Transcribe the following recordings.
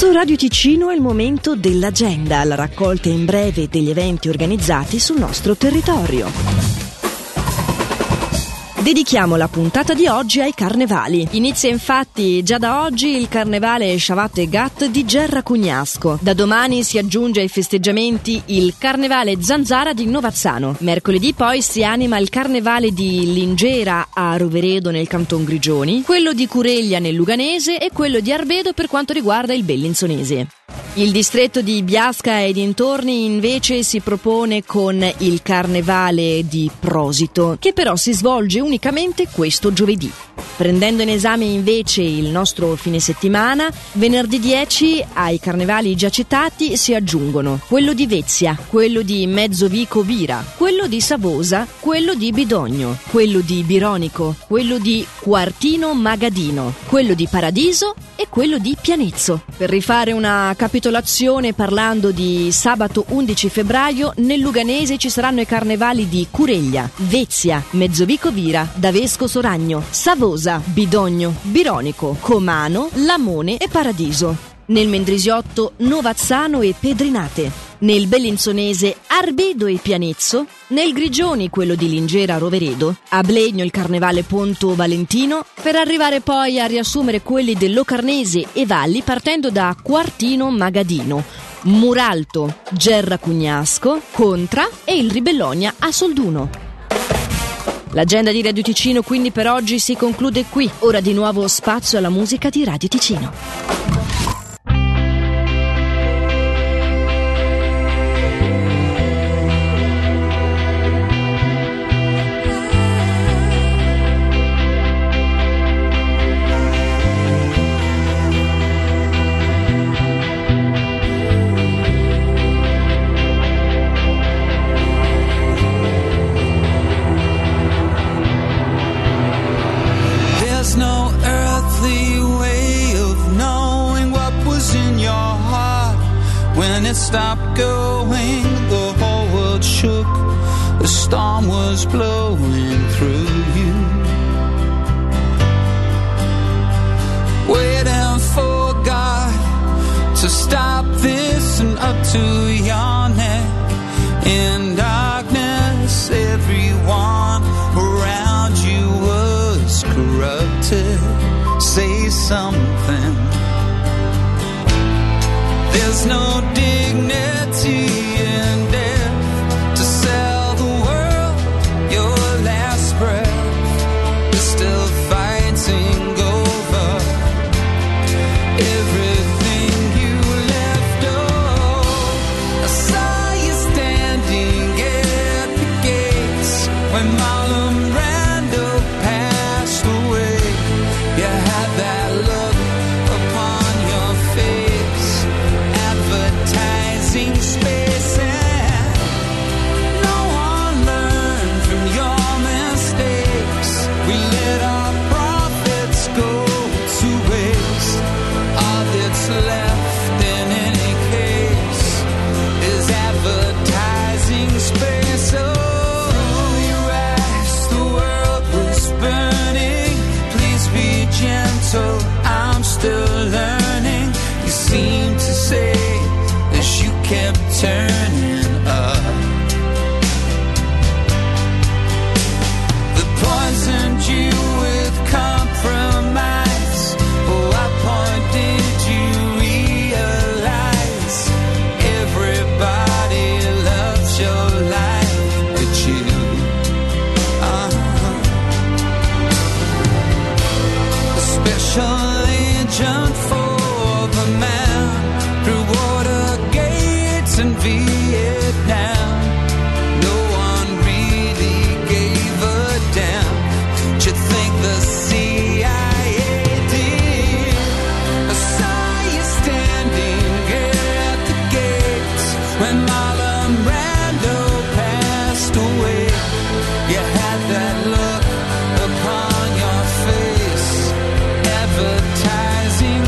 Su Radio Ticino è il momento dell'agenda, la raccolta in breve degli eventi organizzati sul nostro territorio. Dedichiamo la puntata di oggi ai carnevali. Inizia infatti già da oggi il carnevale Shavat e Gat di Gerra Cugnasco. Da domani si aggiunge ai festeggiamenti il carnevale Zanzara di Novazzano. Mercoledì poi si anima il carnevale di Lingera a Roveredo nel Canton Grigioni, quello di Cureglia nel Luganese e quello di Arbedo per quanto riguarda il Bellinzonese. Il distretto di Biasca e dintorni invece si propone con il carnevale di Prosito, che però si svolge unicamente questo giovedì. Prendendo in esame invece il nostro fine settimana, venerdì 10 ai carnevali già citati si aggiungono quello di Vezia, quello di Mezzovico Vira, quello di Savosa, quello di Bidogno, quello di Bironico, quello di Quartino Magadino, quello di Paradiso e quello di Pianezzo. Per rifare una capitolazione parlando di sabato 11 febbraio, nel Luganese ci saranno i carnevali di Cureglia, Vezia, Mezzovico Vira, Davesco Soragno, Savosa, Bidogno, Bironico, Comano, Lamone e Paradiso. Nel Mendrisiotto Novazzano e Pedrinate. Nel Bellinzonese Arbedo e Pianezzo. Nel Grigioni quello di Lingera Roveredo. A Blegno il carnevale Ponto Valentino, per arrivare poi a riassumere quelli del Locarnese e Valli partendo da Quartino Magadino, Muralto, Gerra Cugnasco, Contra e il Ribellonia a Solduno. L'agenda di Radio Ticino quindi per oggi si conclude qui. Ora di nuovo spazio alla musica di Radio Ticino. No earthly way of knowing what was in your heart. When it stopped going, the whole world shook. The storm was blowing through you. Waiting for God to stop this and up to your neck. In darkness, everyone around you was corrupted. Say something. There's no dignity in death to sell the world your last breath. You're still fighting over everything you left. Oh, I saw you standing at the gates when Marlon Brando passed away. You had that look upon your face, advertising space, and no one learned from your mistakes. We let our profits go to waste. All that's left in any case is advertising space. Oh, you asked, the world was burning. Please be gentle, I'm still learning. You seem to say as you kept turning up. They poisoned you with compromise. Oh, at point did you realize everybody loves your life but you? A special agent for the man through water gates in Vietnam. No one really gave a damn. Do you think the CIA did? I saw you standing at the gates when Marlon Brando passed away. You had that look upon your face, advertising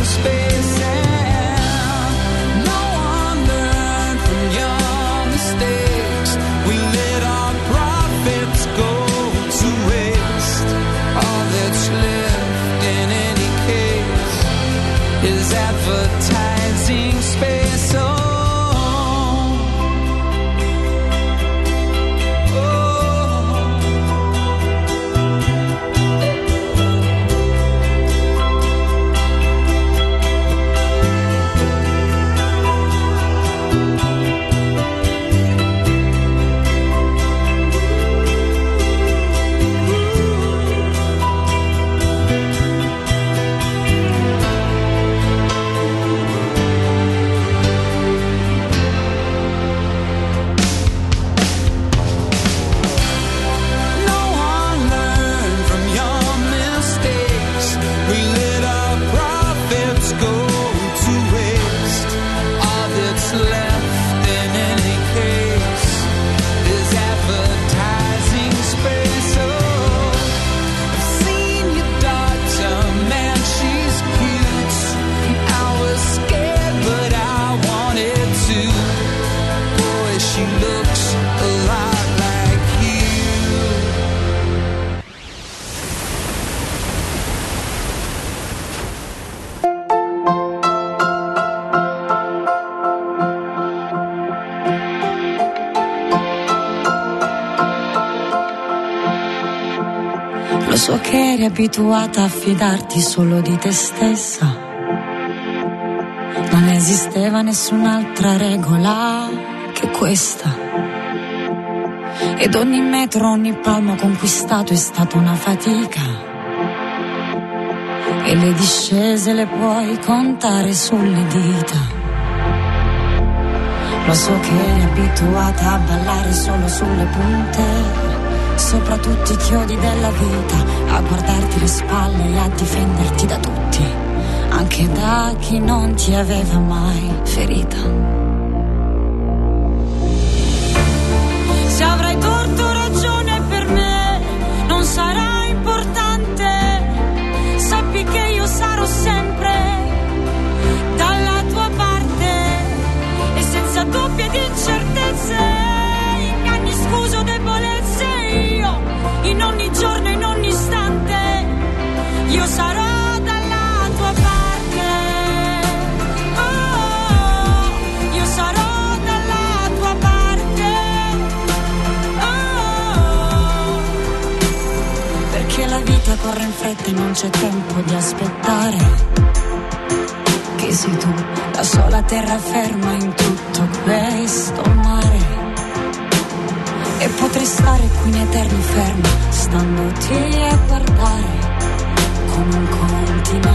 is advertising space. Lo so che eri abituata a fidarti solo di te stessa. Non esisteva nessun'altra regola che questa. Ed ogni metro, ogni palmo conquistato è stata una fatica. E le discese le puoi contare sulle dita. Lo so che eri abituata a ballare solo sulle punte, sopra tutti i chiodi della vita, a guardarti le spalle e a difenderti da tutti, anche da chi non ti aveva mai ferita. Se avrai torto o ragione per me non sarà importante, sappi che io sarò sempre dalla tua parte e senza dubbi ed incertezze, inganni, scuse o debolezze, io in ogni giorno, in ogni istante, io sarò dalla tua parte. Oh, io sarò dalla tua parte. Oh, perché la vita corre in fretta e non c'è tempo di aspettare. Che sei tu, la sola terraferma in tutto questo mare. E potrei stare qui in eterno fermo, standoti a guardare come un